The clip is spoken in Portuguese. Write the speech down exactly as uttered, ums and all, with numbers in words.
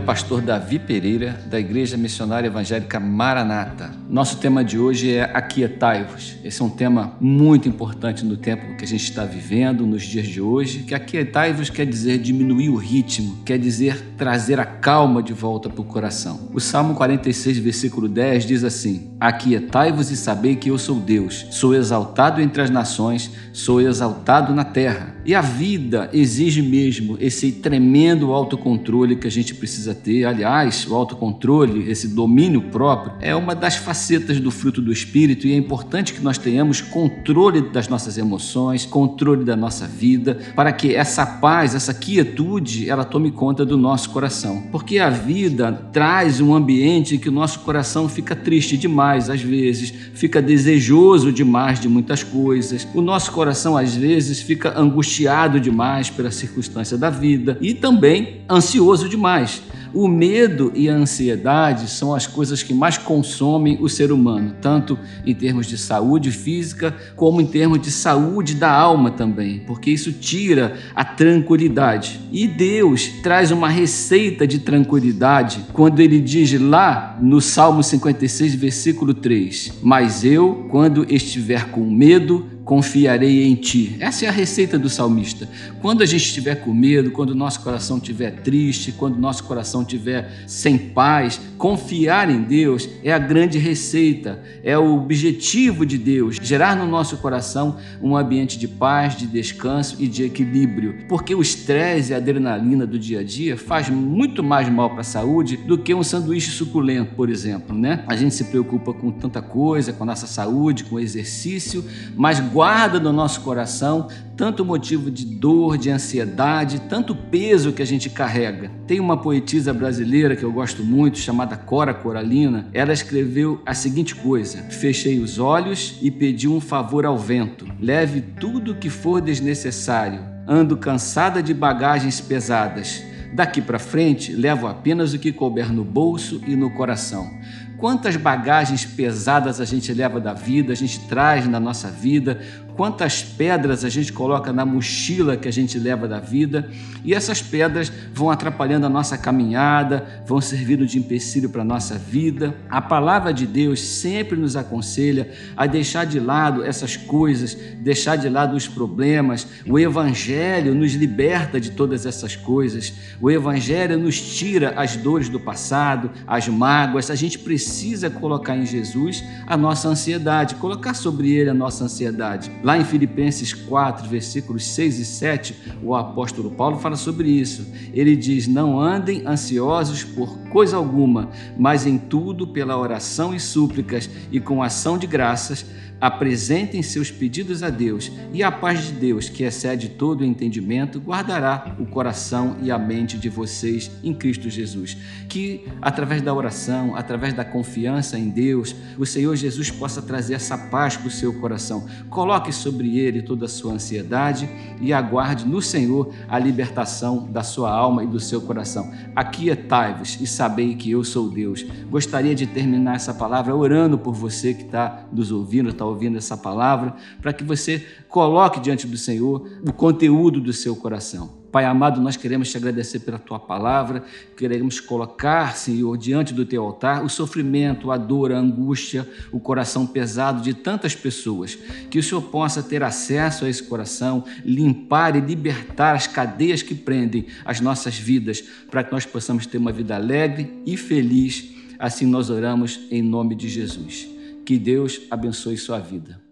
pastor Davi Pereira, da Igreja Missionária Evangélica Maranata. Nosso tema de hoje é Aquietai-vos. Esse é um tema muito importante no tempo que a gente está vivendo, nos dias de hoje, que aquietai-vos quer dizer diminuir o ritmo, quer dizer trazer a calma de volta para o coração. O Salmo quarenta e seis, versículo dez diz assim: Aquietai-vos e sabei que eu sou Deus, sou exaltado entre as nações, sou exaltado na terra. E a vida exige mesmo esse tremendo autocontrole que a gente precisa ter. Aliás, o autocontrole, esse domínio próprio, é uma das facetas do fruto do Espírito e é importante que nós tenhamos controle das nossas emoções, controle da nossa vida, para que essa paz, essa quietude, ela tome conta do nosso coração. Porque a vida traz um ambiente em que o nosso coração fica triste demais, às vezes, fica desejoso demais de muitas coisas. O nosso coração, às vezes, fica angustiado demais pela circunstância da vida e também ansioso demais. O medo e a ansiedade são as coisas que mais consomem o ser humano, tanto em termos de saúde física, como em termos de saúde da alma também, porque isso tira a tranquilidade. E Deus traz uma receita de tranquilidade quando Ele diz lá no Salmo cinquenta e seis, versículo três: Mas eu, quando estiver com medo, confiarei em ti. Essa é a receita do salmista. Quando a gente estiver com medo, quando o nosso coração estiver triste, quando o nosso coração estiver sem paz, confiar em Deus é a grande receita, é o objetivo de Deus, gerar no nosso coração um ambiente de paz, de descanso e de equilíbrio, porque o estresse e a adrenalina do dia a dia faz muito mais mal para a saúde do que um sanduíche suculento, por exemplo, né? A gente se preocupa com tanta coisa, com a nossa saúde, com o exercício, mas guarda no nosso coração tanto motivo de dor, de ansiedade, tanto peso que a gente carrega. Tem uma poetisa brasileira que eu gosto muito, chamada Cora Coralina. Ela escreveu a seguinte coisa: fechei os olhos e pedi um favor ao vento. Leve tudo que for desnecessário. Ando cansada de bagagens pesadas. Daqui para frente, levo apenas o que couber no bolso e no coração. Quantas bagagens pesadas a gente leva da vida, a gente traz na nossa vida, quantas pedras a gente coloca na mochila que a gente leva da vida, e essas pedras vão atrapalhando a nossa caminhada, vão servindo de empecilho para a nossa vida. A palavra de Deus sempre nos aconselha a deixar de lado essas coisas, deixar de lado os problemas. O Evangelho nos liberta de todas essas coisas. O Evangelho nos tira as dores do passado, as mágoas. A gente precisa colocar em Jesus a nossa ansiedade, colocar sobre Ele a nossa ansiedade. Lá em Filipenses quatro, versículos seis e sete, o apóstolo Paulo fala sobre isso. Ele diz: não andem ansiosos por coisa alguma, mas em tudo pela oração e súplicas e com ação de graças, apresentem seus pedidos a Deus, e a paz de Deus, que excede todo o entendimento, guardará o coração e a mente de vocês em Cristo Jesus. Que através da oração, através da confiança em Deus, o Senhor Jesus possa trazer essa paz para o seu coração. Coloque sobre ele toda a sua ansiedade e aguarde no Senhor a libertação da sua alma e do seu coração. Aquietai-vos e sabei que eu sou Deus. Gostaria de terminar essa palavra orando por você que está nos ouvindo, está ouvindo essa palavra, para que você coloque diante do Senhor o conteúdo do seu coração. Pai amado, nós queremos te agradecer pela tua palavra, queremos colocar, Senhor, diante do teu altar o sofrimento, a dor, a angústia, o coração pesado de tantas pessoas. Que o Senhor possa ter acesso a esse coração, limpar e libertar as cadeias que prendem as nossas vidas, para que nós possamos ter uma vida alegre e feliz. Assim nós oramos em nome de Jesus. Que Deus abençoe sua vida.